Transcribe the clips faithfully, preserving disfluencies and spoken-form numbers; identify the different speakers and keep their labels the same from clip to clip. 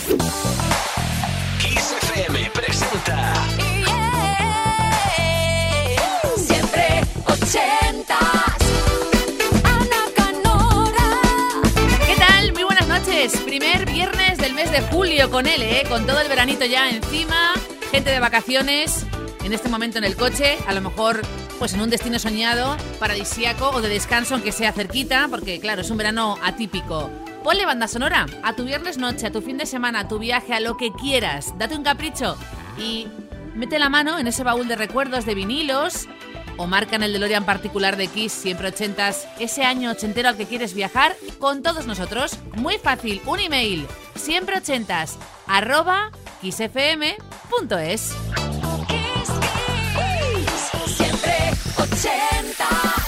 Speaker 1: Kiss F M presenta
Speaker 2: Siempre ochentas. Ana Canora.
Speaker 3: ¿Qué tal? Muy buenas noches. Primer viernes del mes de julio con él, ¿eh? Con todo el veranito ya encima, gente de vacaciones, en este momento en el coche, a lo mejor pues en un destino soñado, paradisíaco o de descanso, aunque sea cerquita, porque claro, es un verano atípico. Ponle banda sonora a tu viernes noche, a tu fin de semana, a tu viaje, a lo que quieras. Date un capricho y mete la mano en ese baúl de recuerdos de vinilos o marca en el DeLorean particular de Kiss, siempre ochentas, ese año ochentero al que quieres viajar con todos nosotros. Muy fácil, un email, siempre ochentas, arroba kissfm punto es.
Speaker 2: Siempre ochentas.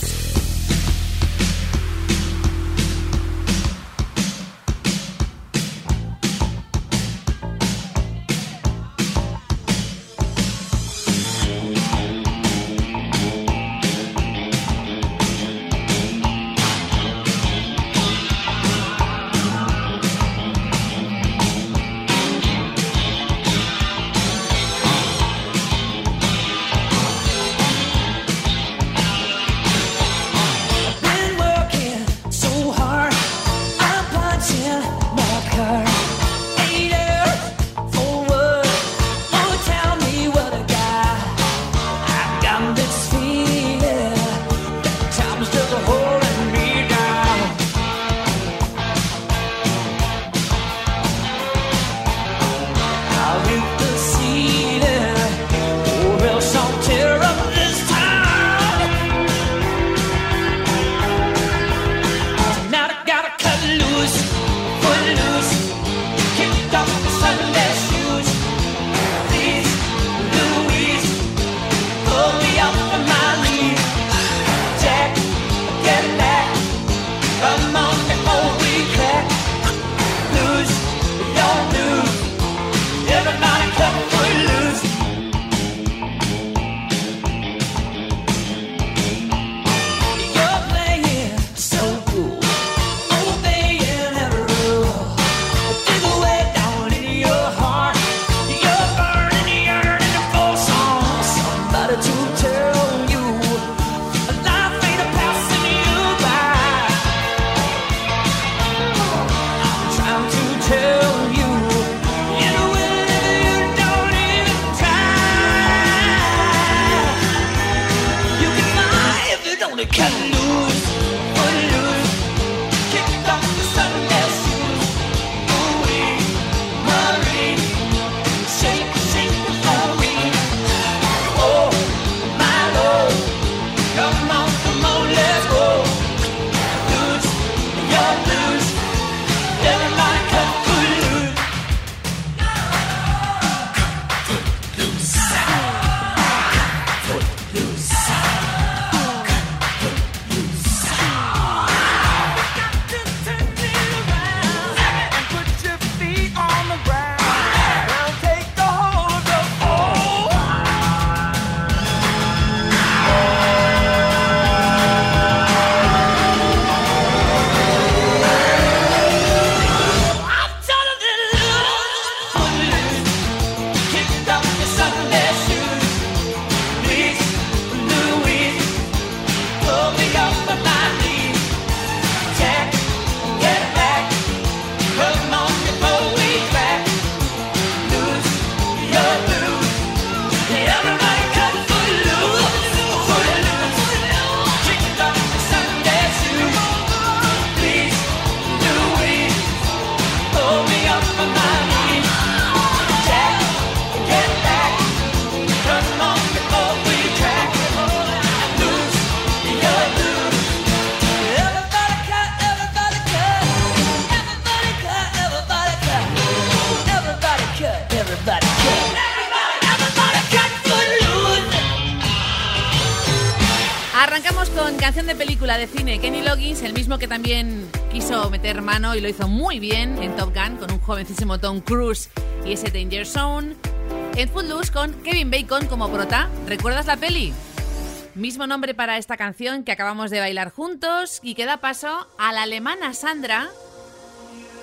Speaker 3: Arrancamos con canción de película de cine. Kenny Loggins, el mismo que también quiso meter mano y lo hizo muy bien en Top Gun con un jovencísimo Tom Cruise y ese Danger Zone. En Footloose con Kevin Bacon como prota. ¿Recuerdas la peli? Mismo nombre para esta canción que acabamos de bailar juntos y que da paso a la alemana Sandra,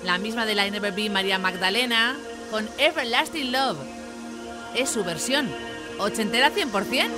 Speaker 3: la misma de la Never Be María Magdalena, con Everlasting Love. Es su versión, ochentera cien por ciento.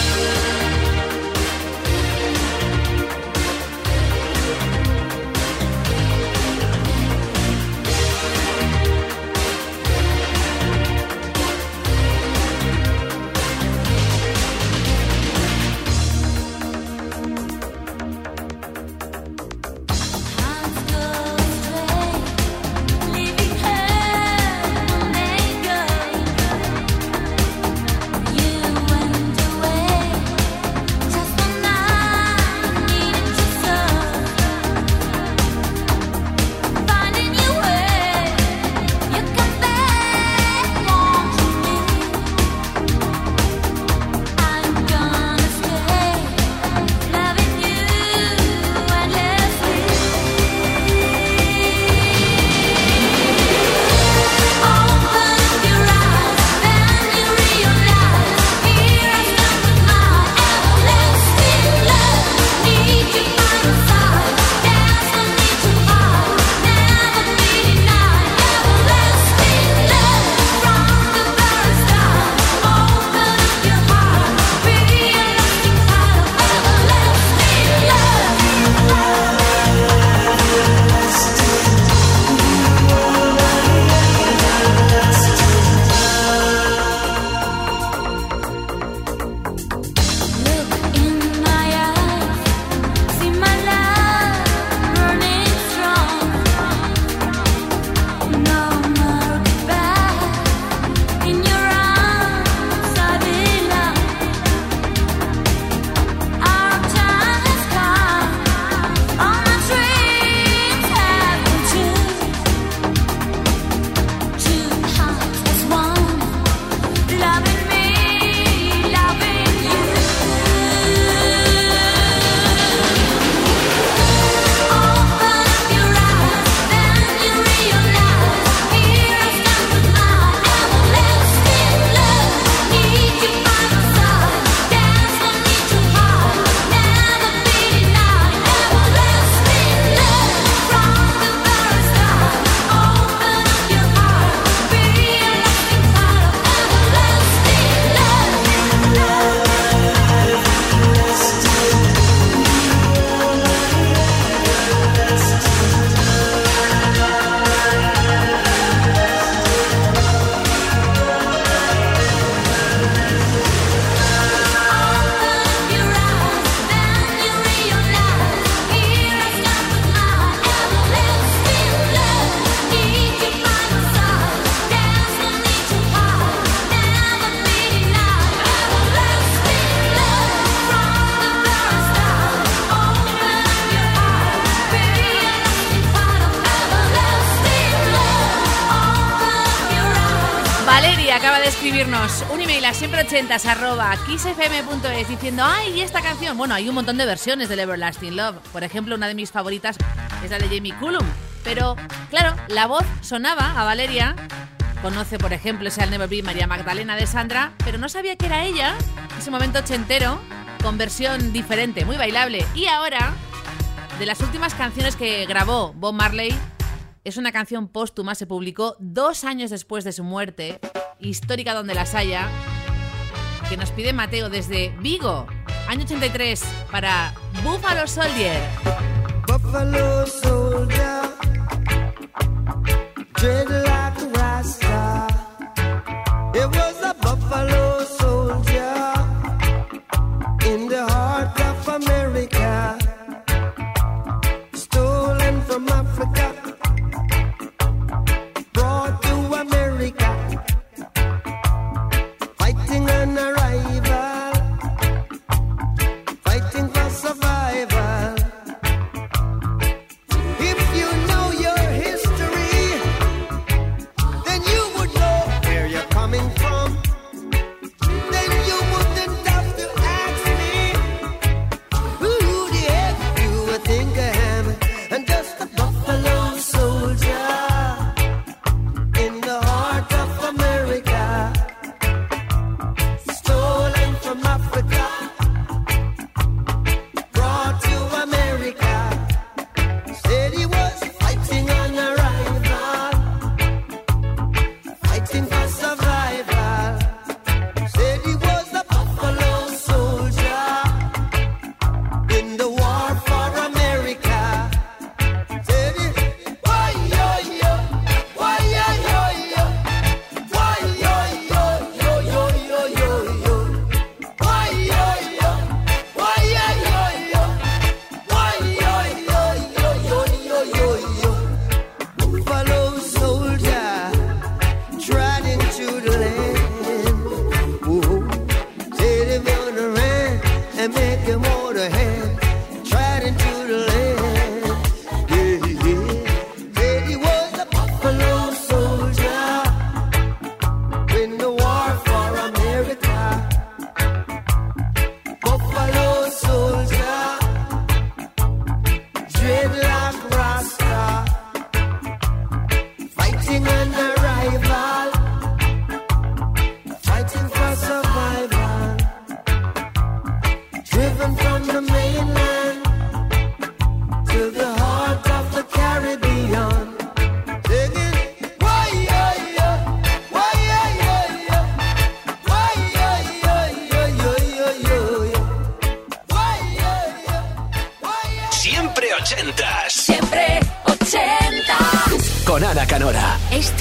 Speaker 3: Acaba de escribirnos un email a siempre ochentas arroba kissfm punto es diciendo ¡ay, esta canción! Bueno, hay un montón de versiones del Everlasting Love. Por ejemplo, una de mis favoritas es la de Jamie Cullum. Pero, claro, la voz sonaba a Valeria. Conoce, por ejemplo, ese I'll Never Be María Magdalena de Sandra, pero no sabía que era ella, ese momento ochentero, con versión diferente, muy bailable. Y ahora, de las últimas canciones que grabó Bob Marley, es una canción póstuma, se publicó dos años después de su muerte, histórica donde las haya, que nos pide Mateo desde Vigo, año ochenta y tres, para Buffalo Soldier.
Speaker 4: Buffalo Soldier, dreadlock Rasta. It was a Buffalo Soldier in the heart of America, stolen from Africa, brought to America, fighting an arrival, fighting for survival. If you know your history,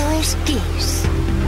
Speaker 2: Esto es Kiss.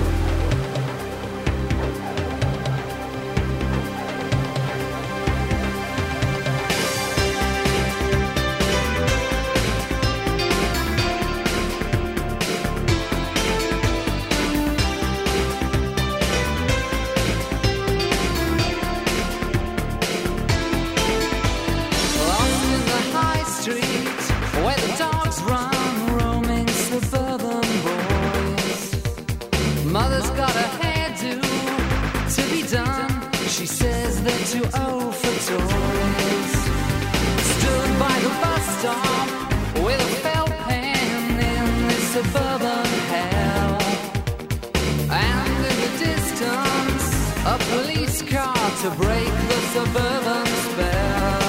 Speaker 5: Mother's got a hairdo to be done. She says they're too old for toys. Stood by the bus stop with a felt pen in this suburban hell. And in the distance, a police car to break the suburban spell.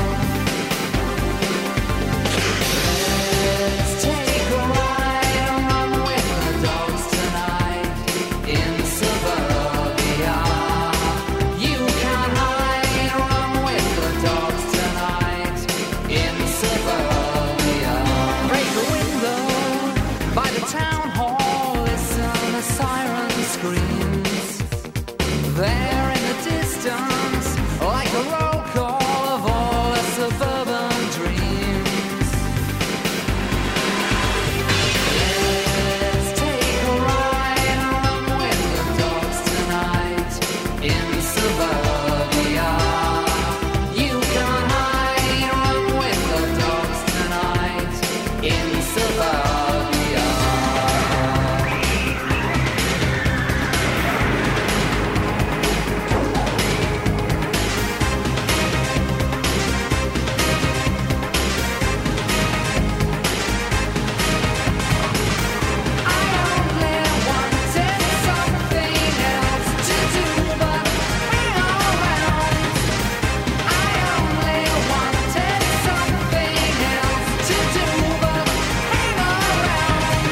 Speaker 5: Let's take a ride and run with the dogs tonight. In suburbia, you can hide, run with the dogs tonight. In suburbia, break a window by the town hall, listen a siren screams. There in the distance, like a roll call of all the suburban dreams. Let's take a ride and run with the dogs tonight. In suburbia, you can hide, run with the dogs tonight. In suburbia. I only wanted something else to do but hang around. I only wanted something else to do but hang around.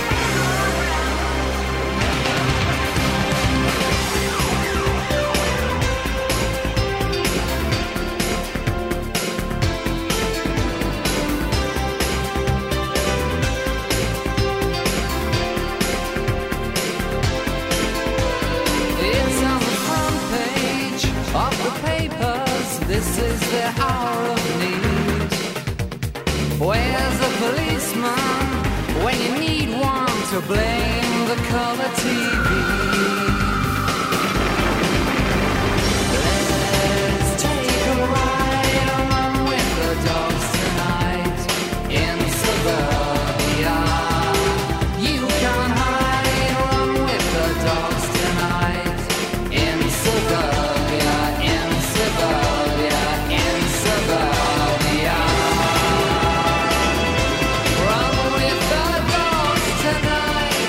Speaker 5: It's on the front page of the papers. This is the hour of need. Where's the policeman when you need one to blame the color T V? Let's take a ride and run with the dogs tonight. In suburbia, you can hide, run with the dogs tonight. In suburbia, in suburbia, in suburbia. Run with the dogs tonight.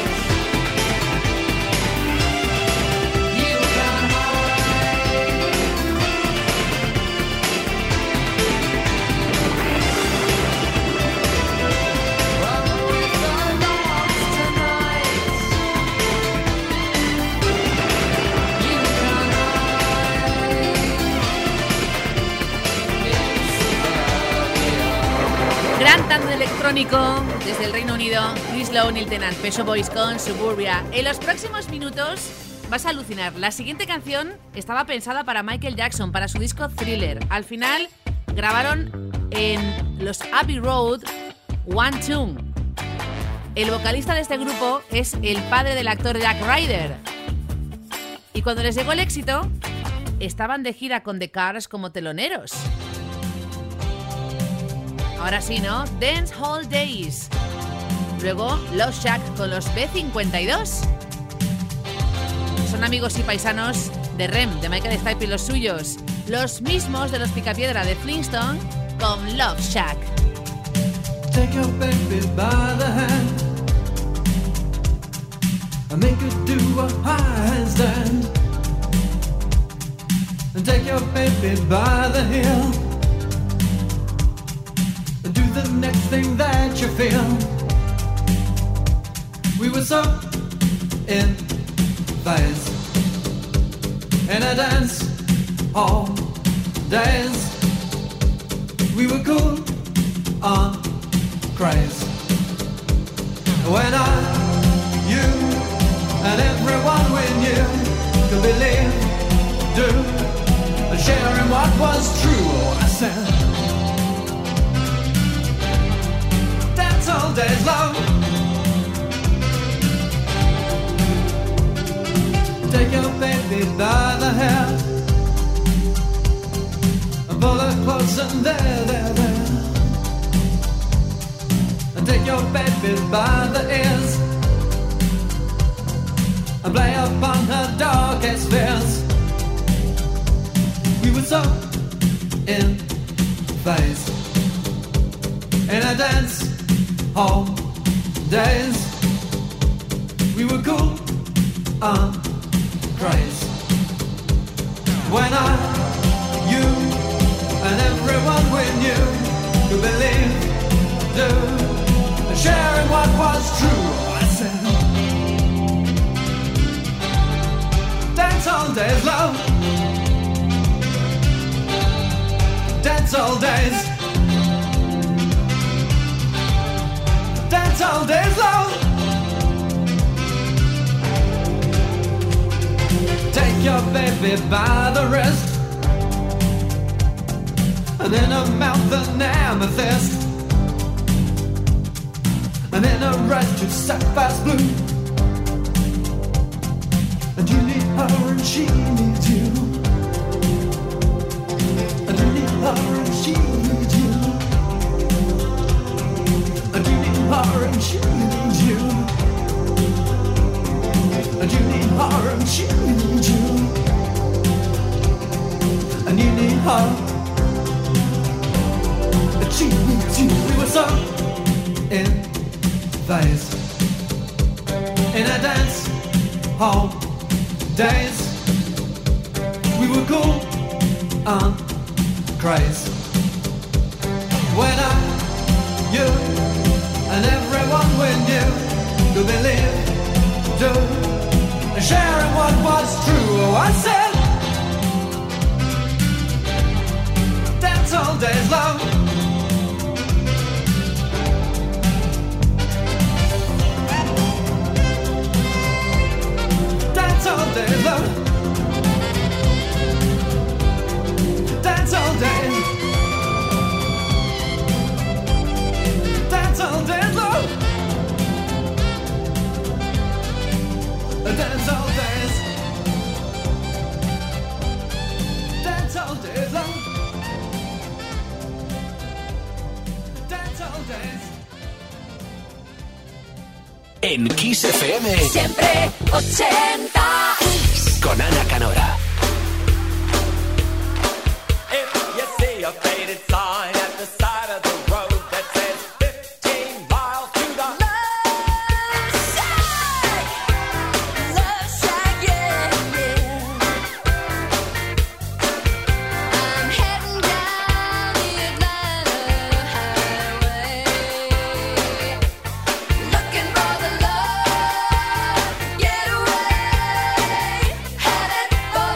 Speaker 5: You can hide. Run with the dogs tonight. You can hide. In suburbia.
Speaker 3: Gran tanto electrónico desde el Reino Unido. Chris Lowe, Neil Tennant, Pet Shop Boys con Suburbia. En los próximos minutos vas a alucinar. La siguiente canción estaba pensada para Michael Jackson, para su disco Thriller. Al final grabaron en los Abbey Road One Tune. El vocalista de este grupo es el padre del actor Jack Ryder. Y cuando les llegó el éxito, estaban de gira con The Cars como teloneros. Ahora sí, ¿no? Dance Hall Days. Luego Love Shack con los B cincuenta y dos. Son amigos y paisanos de R E M, de Michael Stipe y los suyos. Los mismos de los Picapiedra de Flintstone con Love Shack.
Speaker 6: Take your baby by the hand and make her do a handstand. And take your baby by the heel and do the next thing that you feel. We were so in phase in a dance all days. We were cool on craze. When I, you take your baby by the hair and pull her close and there, there, there. And take your baby by the ears and play upon her darkest fears. We were so in phase in a dance hall days. We were cool and crazy when I, you, and everyone we knew could believe, do, and sharing what was true. I said, dance all days, love. Dance all days. Dance all days, love. Take your baby by the wrist and in her mouth an amethyst and in her eyes two sapphires blue. And you need her and she needs you. And you need her and she needs you. And you need her and she needs you. And you need her and she needs you. And you need her and she needs you. We were so in phase in a dance hall days. We were cool and crazy when I, you, and everyone we knew could believe, do, and sharing what was true. Oh, I said, dance all days, love. Dance all days, love. Dance all days. Dance all days, love. Dance all days. Dance all days, love. Dance all days.
Speaker 1: En Kiss F M.
Speaker 2: Siempre ochentas.
Speaker 1: Con Ana Canora.
Speaker 7: If you see a faded sign at the side of the road that says fifteen miles to the
Speaker 2: Love Shack, Love Shack, yeah, yeah. I'm heading down the Atlanta highway, looking for the love getaway, headed for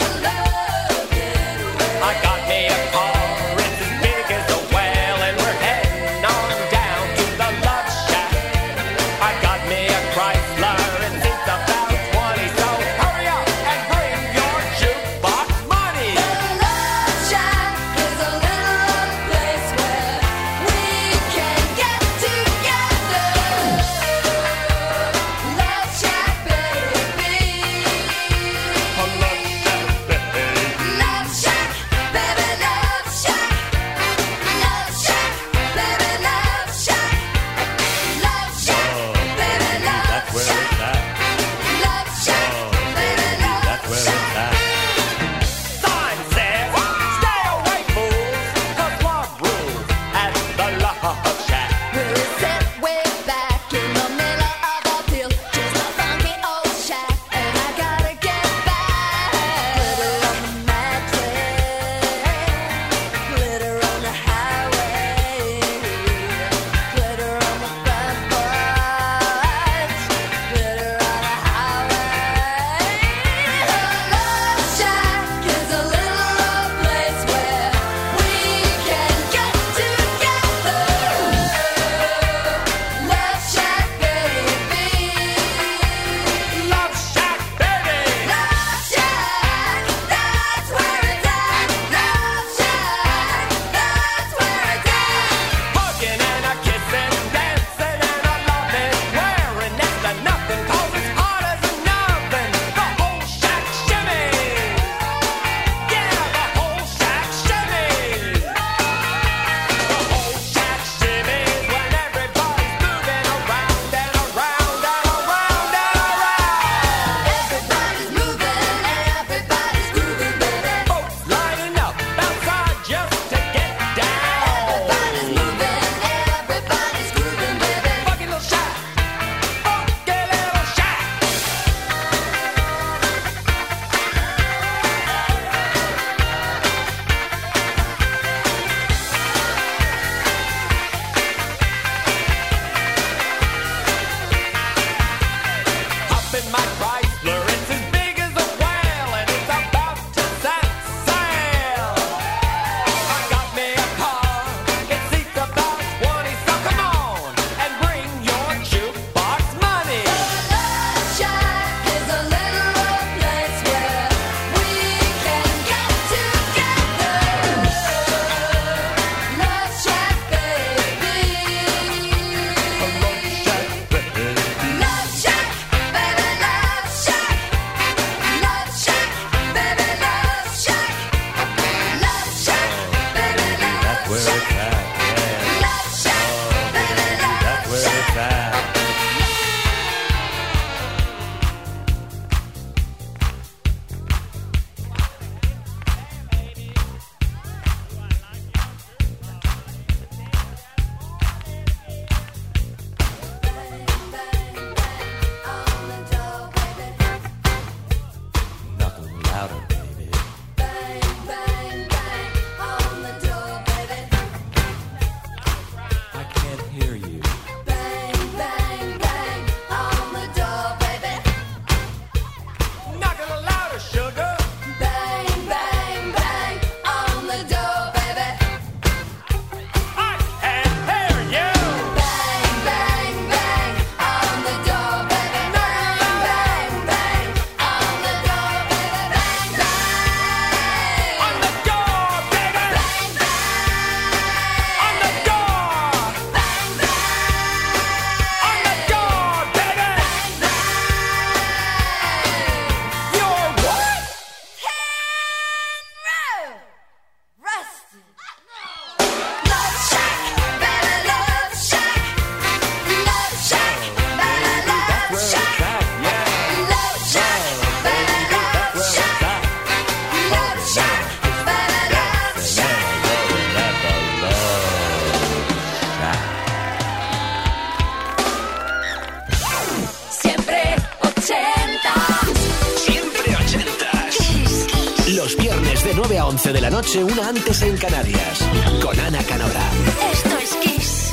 Speaker 1: nueve a once de la noche, una antes en Canarias. Con Ana Canora.
Speaker 2: Esto es Kiss.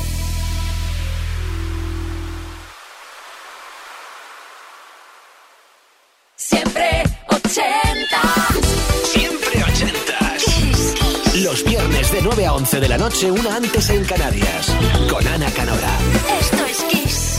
Speaker 2: Siempre ochentas.
Speaker 1: Siempre ochentas.
Speaker 2: Kiss, Kiss.
Speaker 1: Los viernes de nueve a once de la noche, una antes en Canarias. Con Ana Canora.
Speaker 2: Esto es Kiss.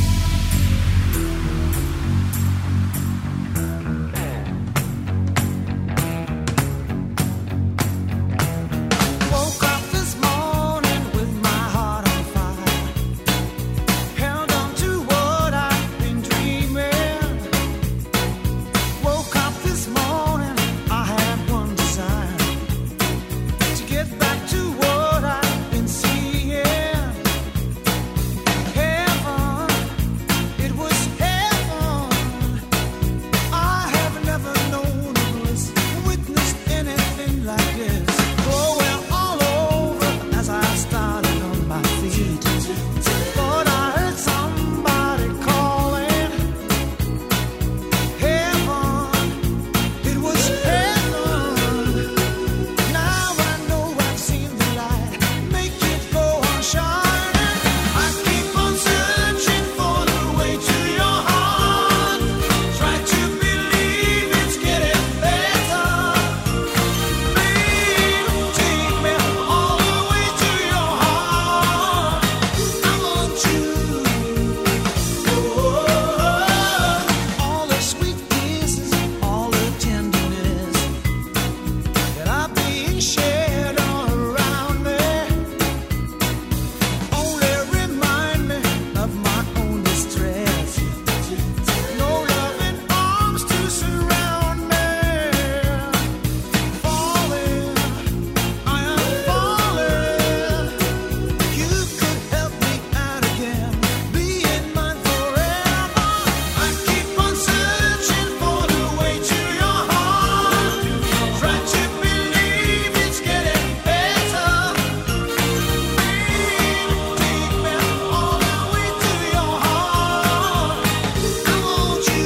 Speaker 4: Woke up this morning with my heart on fire. Held on to what I've been dreaming. Woke up this morning, I had one desire. To get back to what I've been seeing. Heaven, it was heaven. I have never known a bliss, witnessed anything like this. Going all over as I started on my feet. Thought I heard somebody calling. Heaven, it was heaven. Now I know I've seen the light. Make it go on shining. I keep on searching for the way to your heart. Try to believe it's getting better. Babe, take me all the way to your heart. I want you. Oh, all the sweet kisses, all the tenderness that I've been shared all around me. Only remind me of my own distress. No loving arms to surround me. Falling, I am falling. You could help me out again, being mine forever. I keep on searching for the way to your heart. Try to believe it's getting better. Babe, take me all the way to your heart. I want you.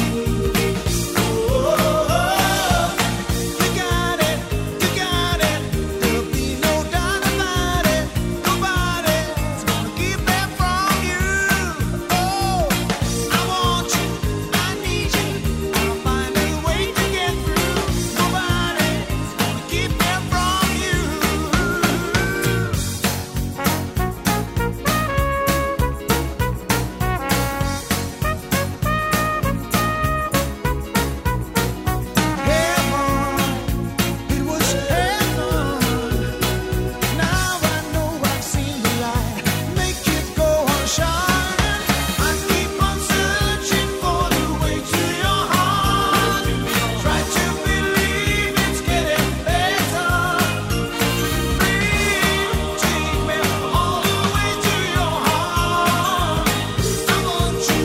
Speaker 4: Oh, you got it, you got it. There'll be no doubt about it. Nobody's gonna keep that from you. Oh, I want you, I need you. I'll find a way to get through. Nobody's gonna keep that from you. Heaven, it was heaven. Now I know I've seen the light. Make it go on shining. I keep on searching for the way to your heart. Try to believe it's getting better. Babe, take me all the way to your heart. I want you.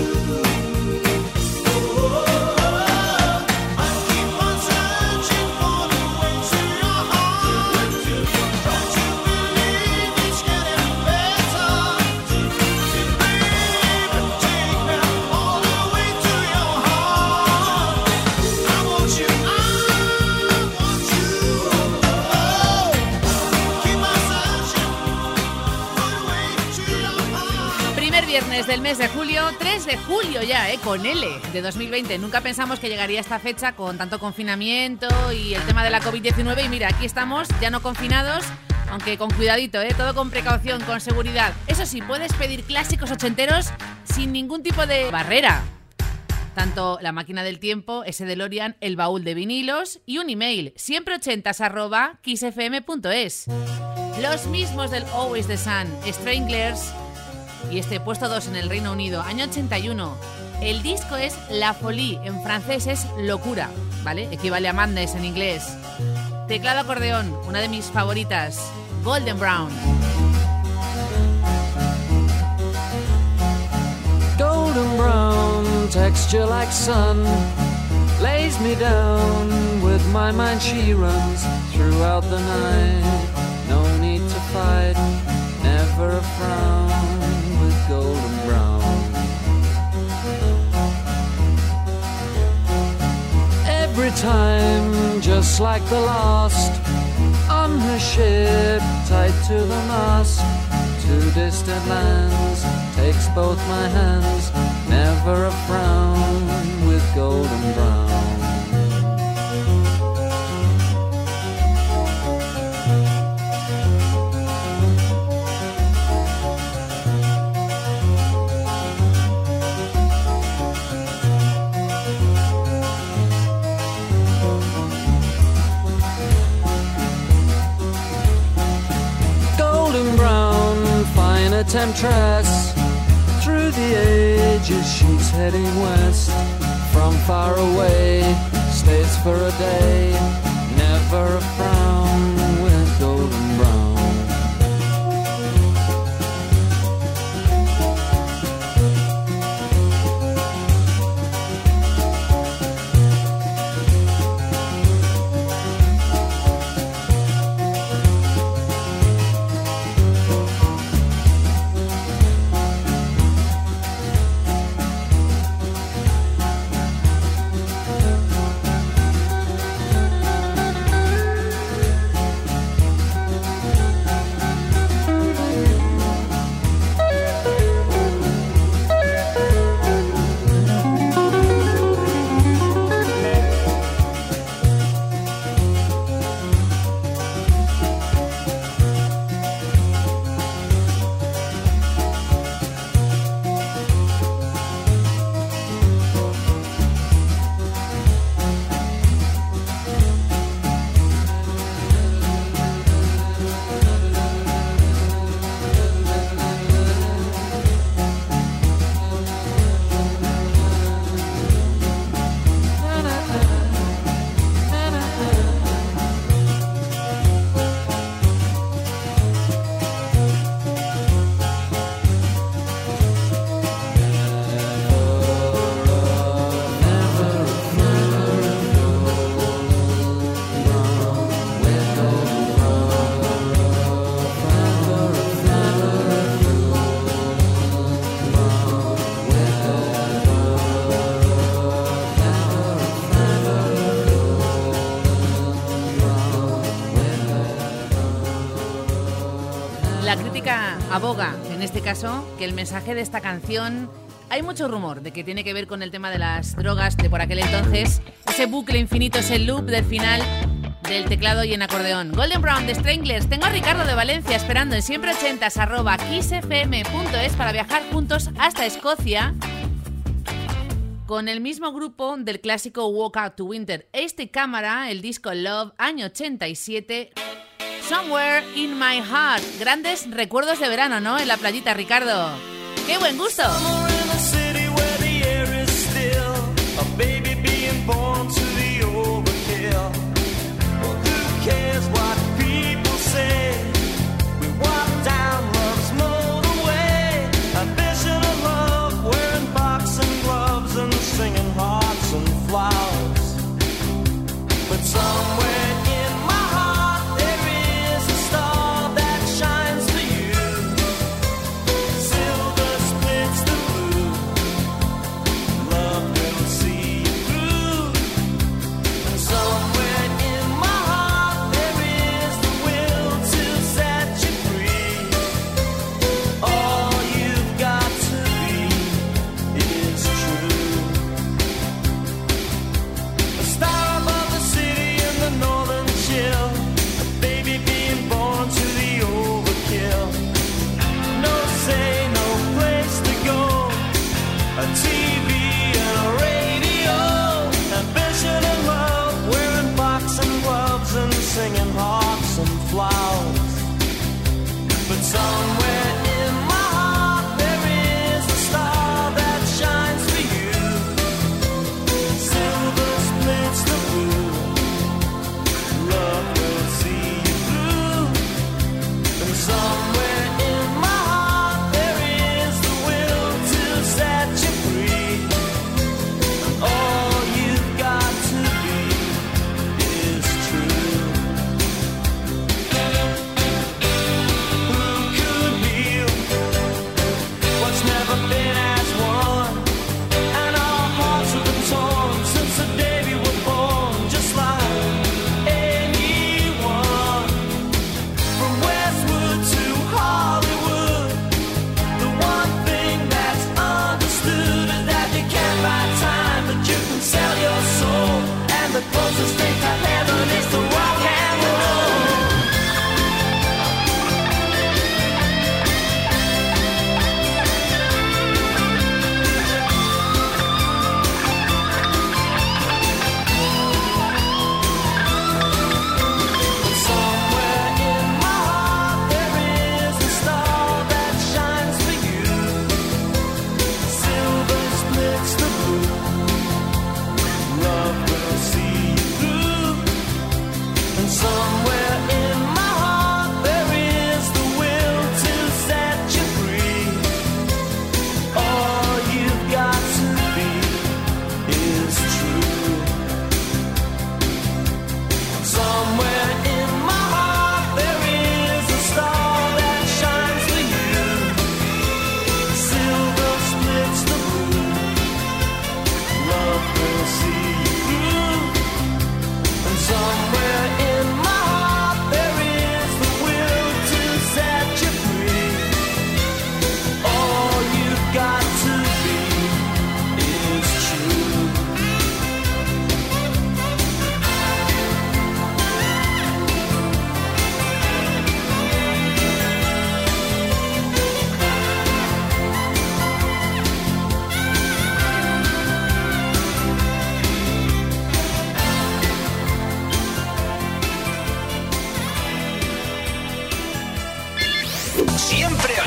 Speaker 4: Oh, I keep on searching for the way to your heart. Try to believe it's getting better. Babe, take me all the way to your heart. I want you, I want you. Oh, keep on searching for the way to your heart.
Speaker 3: Primer viernes del mes de julio, tres de julio ya, ¿eh? Con L, de dos mil veinte. Nunca pensamos que llegaría esta fecha con tanto confinamiento y el tema de la covid diecinueve. Y mira, aquí estamos, ya no confinados, aunque con cuidadito, ¿eh? Todo con precaución, con seguridad. Eso sí, puedes pedir clásicos ochenteros sin ningún tipo de barrera. Tanto la máquina del tiempo, ese DeLorean, el baúl de vinilos y un email, siempre ochentas arroba kissfm punto es. Los mismos del Always the Sun, Stranglers, y este puesto dos en el Reino Unido, año ochenta y uno. El disco es La Folie, en francés es locura, ¿vale? Equivale a madness en inglés. Teclado acordeón, una de mis favoritas, Golden Brown.
Speaker 6: Golden brown, texture like sun, lays me down. With my mind she runs throughout the night. No need to fight, never a frown. With golden brown, every time, just like the last. On her ship, tied to the mast, to distant lands, takes both my hands, never a frown, with golden brown. Temptress, through the ages she's heading west. From far away, stays for a day, never a frown, with golden brown.
Speaker 3: La crítica aboga, en este caso, que el mensaje de esta canción... Hay mucho rumor de que tiene que ver con el tema de las drogas de por aquel entonces. Ese bucle infinito, ese loop del final del teclado y en acordeón. Golden Brown de Stranglers. Tengo a Ricardo de Valencia esperando en siempre ochentas arroba kissfm punto es para viajar juntos hasta Escocia con el mismo grupo del clásico Walk Out to Winter. Este cámara, el disco Love, año ochenta y siete... Somewhere in my heart. Grandes recuerdos de verano, ¿no? En la playita, Ricardo. ¡Qué buen gusto!
Speaker 4: Who could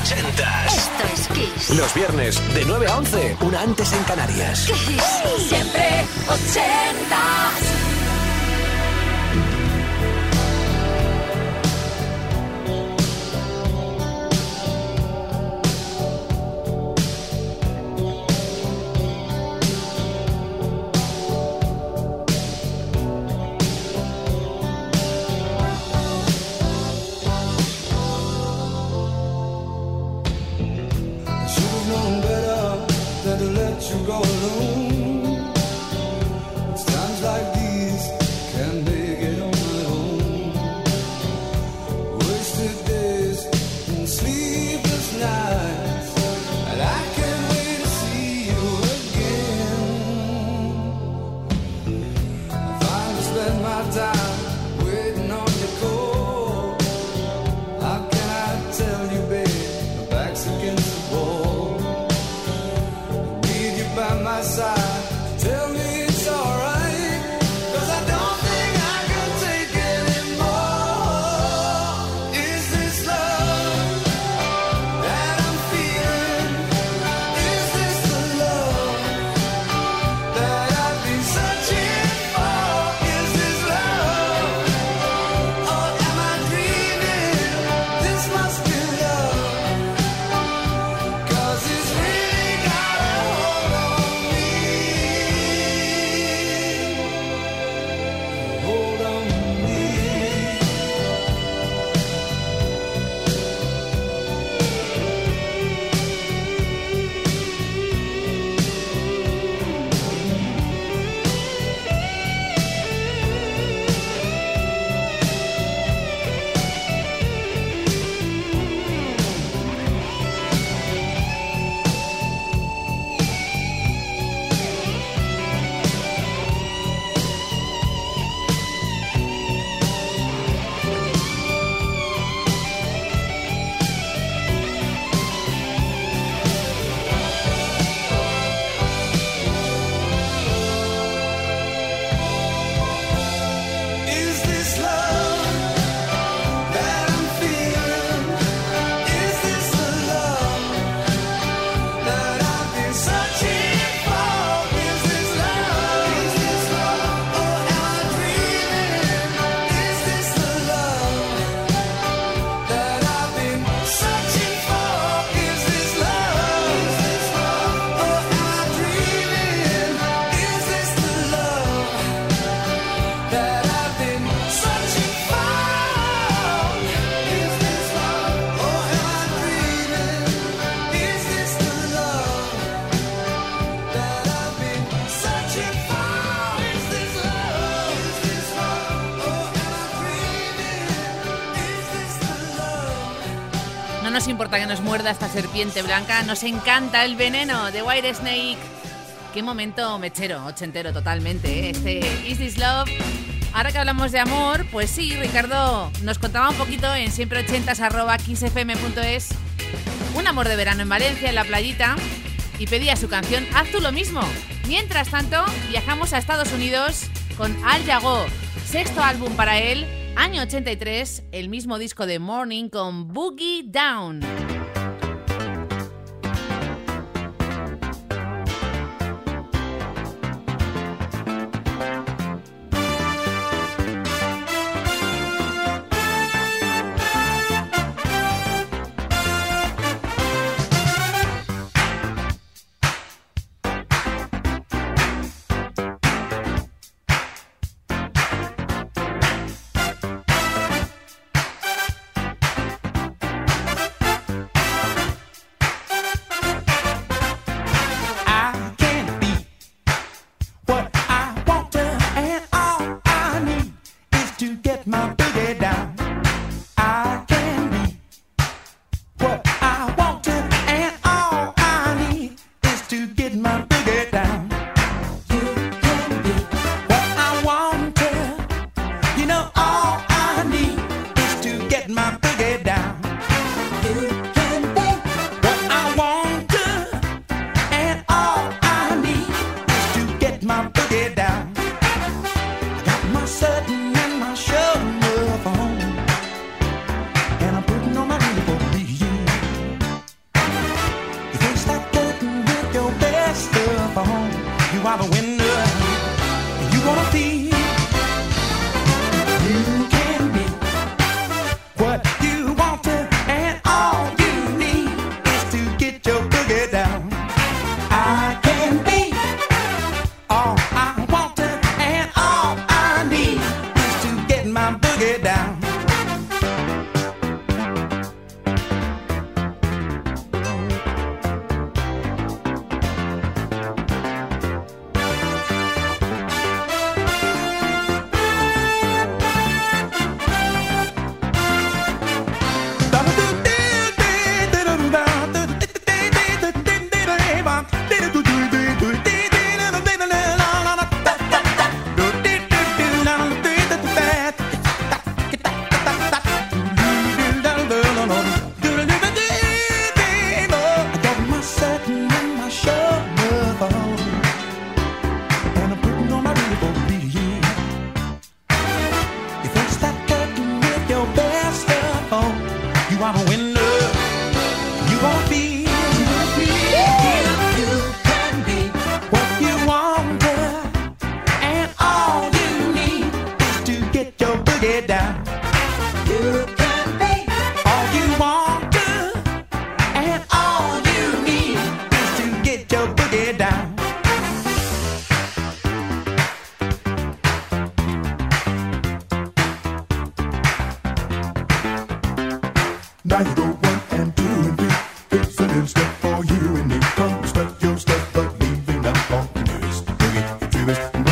Speaker 1: ochentas.
Speaker 2: Esto es Kiss.
Speaker 1: Los viernes de nueve a once, una antes en Canarias.
Speaker 2: Kiss. Siempre ochentas.
Speaker 4: Should've known better than to let you go alone. It's times like these can't make it on my own. Wasted days and sleepless nights, and I can't wait to see you again. I finally spend my time waiting on your call. How can I tell you, babe? My back's against the wall. Need you by my side. Tell me it's alright, 'cause I don't think I can take anymore. Is this love that I'm feeling? Is this the love that I've been searching for? Is this love, or am I dreaming? This must be love, 'cause it's really got a hold on me. Hold on me. Is this love that I'm feeling? Is this the love that I've been searching for? Is this love? Is this love, or am I dreaming? Is this the love that I've been searching for? Is this love? Is this love, or am I dreaming? Is this the love that I've been searching for? Is this love, or am I dreaming? Is this the love that I've been searching for? Is this love? Is this love, or am I dreaming? Is this the love?
Speaker 3: No nos importa que nos muerda esta serpiente blanca, nos encanta el veneno de White Snake. Qué momento mechero, ochentero totalmente, ¿eh? Este Is This Love. Ahora que hablamos de amor, pues sí, Ricardo nos contaba un poquito en siempre ochentas arroba kissfm punto es un amor de verano en Valencia, en la playita, y pedía su canción Haz tú lo mismo. Mientras tanto, viajamos a Estados Unidos con Al Jarreau, sexto álbum para él, año ochenta y tres, el mismo disco de Morning con Boogie Down.
Speaker 8: I can't be what I want to, and all I need is to get my boogie down. I can be what I want to, and all I need is to get my boogie down. You can be what I want to, you know all I need is to get my boogie down. You can be what I want to, and all I need is to get my boogie down. I got my certain and my show enough on, and I'm putting on my uniform for you.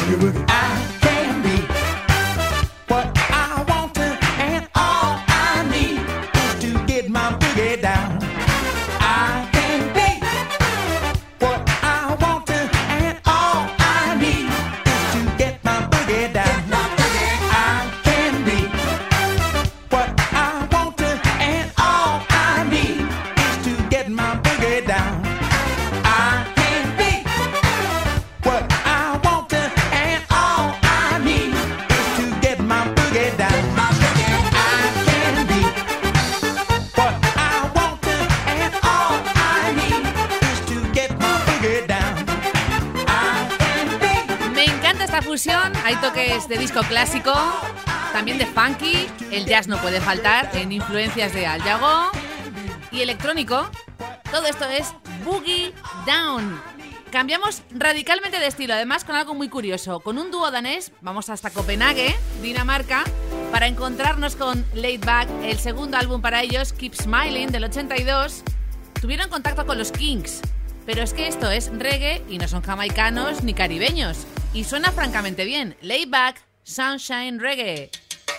Speaker 8: boogie woogie. I can be what I want to, and all I need is to get my boogie down. I can be what I want to, and all I need is to get my boogie down. I can be what I want to, and all I need is to get my boogie down. I can be what I want to, and all I need is to get my boogie down. I can be what I want to, and all I need is to get my boogie down. I can be.
Speaker 3: Me encanta esta fusión, hay toques de disco clásico, también de funky, el jazz no puede faltar, en influencias de Al Jarreau y electrónico. Todo esto es Boogie Down. Cambiamos radicalmente de estilo, además con algo muy curioso. Con un dúo danés, vamos hasta Copenhague, Dinamarca, para encontrarnos con Laid Back, el segundo álbum para ellos, Keep Smiling, del ochenta y dos. Tuvieron contacto con los Kinks, pero es que esto es reggae y no son jamaicanos ni caribeños. Y suena francamente bien. Laid Back, Sunshine Reggae.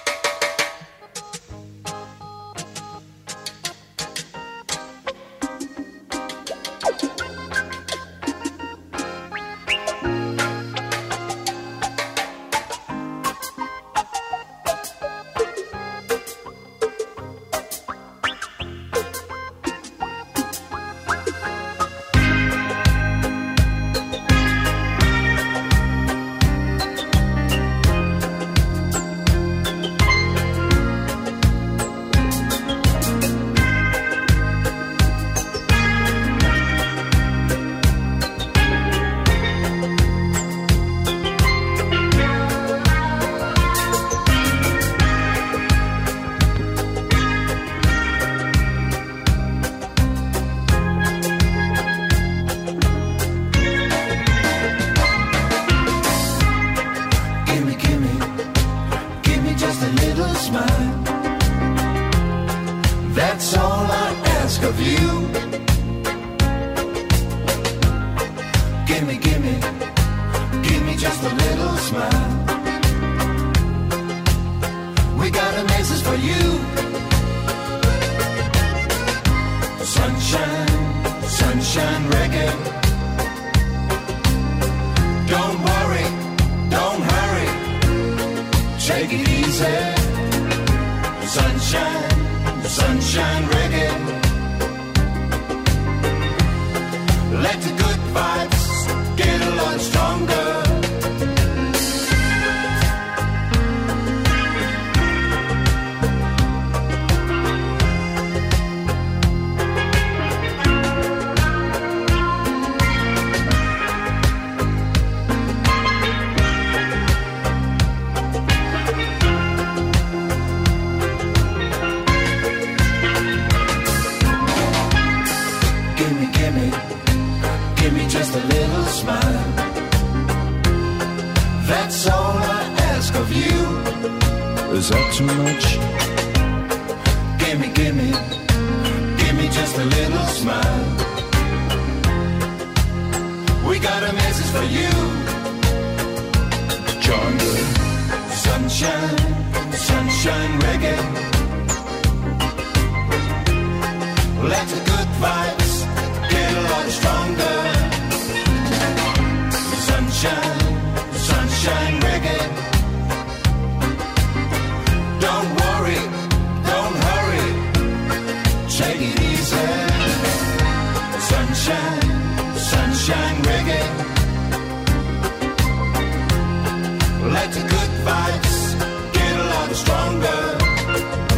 Speaker 9: Is that too much?
Speaker 8: Gimme, gimme, gimme just a little smile. We got a message for you,
Speaker 9: John Good.
Speaker 8: sunshine, sunshine reggae. Let the good vibes get a lot stronger. Sunshine, sunshine reggae. Don't worry, don't hurry, take it easy. Sunshine, sunshine reggae. Let the good vibes get a lot stronger.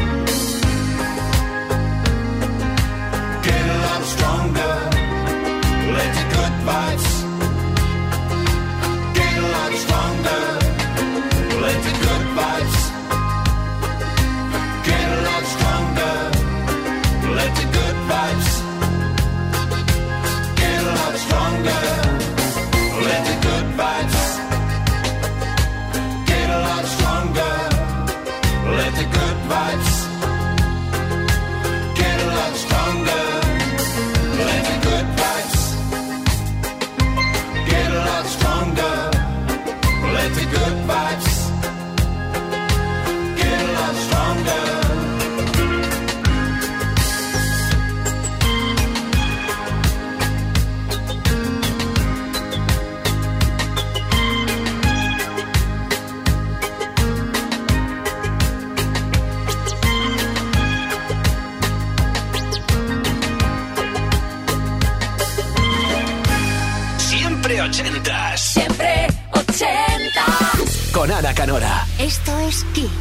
Speaker 1: ochentas.
Speaker 2: Siempre ochentas.
Speaker 1: Con Ana Canora.
Speaker 2: Esto es Kiss.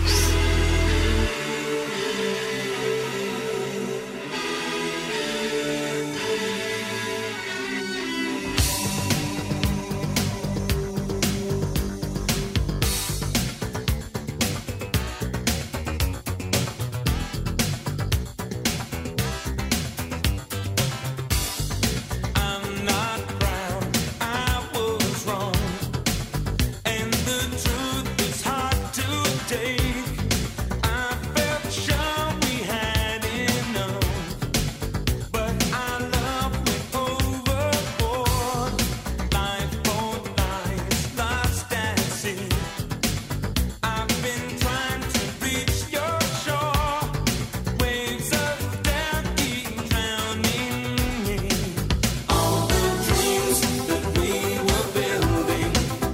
Speaker 8: I'm not proud, I was wrong, and the truth is hard to take. I felt sure we had enough, but our love went overboard. Lifeboat lies lost at sea. I've been trying to reach your shore. Waves of death keep drowning me. All the dreams that we were building,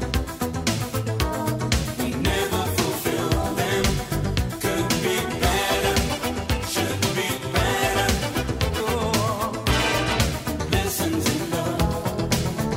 Speaker 8: we never fulfilled them. Could be better, should be better. Oh, lessons in love.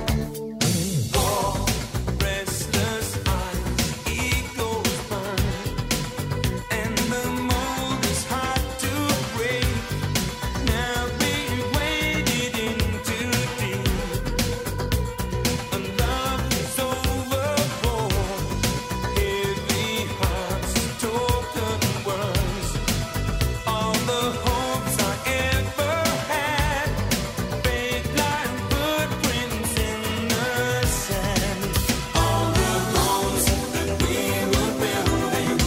Speaker 8: For restless eyes, egos burn, and the mold is hard to break. Now we waded in too deep, and love is overboard. Heavy hearts, token words, all the hopes I ever had, fade like footprints in the sand. All the homes that we were building,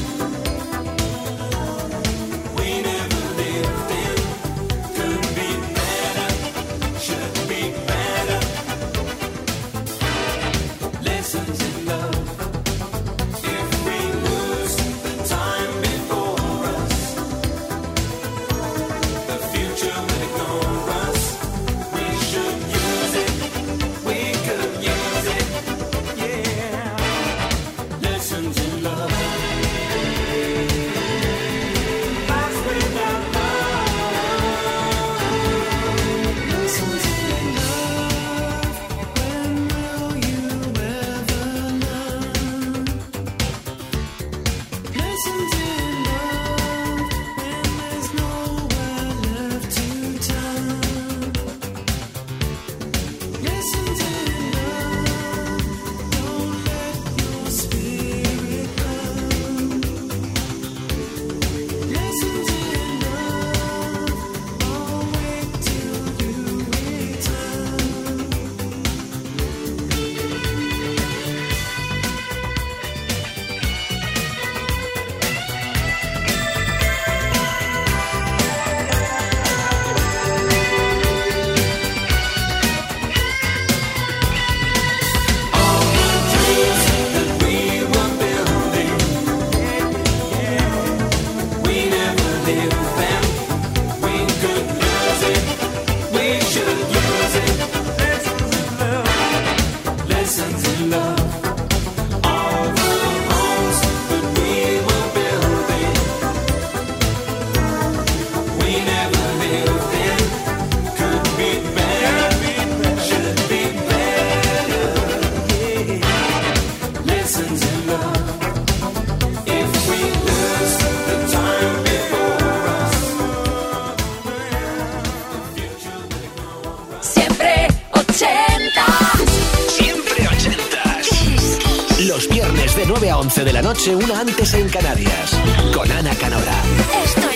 Speaker 8: we never lived in. Could be better, should be better. Lessons in love. If we lose the time before us, the future will ignore us. We should use it, we could use it, yeah. Lessons in love. Lives without love. Lessons in love. When will you ever learn? Lessons in love. When there's nowhere left to turn. Lessons in love. Don't let your spirit burn. Lessons in love. I'll wait till you return. All the dreams that we were building, we never lived them. We could lose it, we should use it. Lessons in love, lessons in love. All the homes that we were building, we never lived in. Could be better, should be better. Yeah. Lessons in love. If we lose the time before us, the future will ignore us.
Speaker 2: Siempre ochentas.
Speaker 1: Siempre ochentas. Los viernes de nueve a once de la noche, una antes en Canarias. Con Ana Canora.
Speaker 2: Esto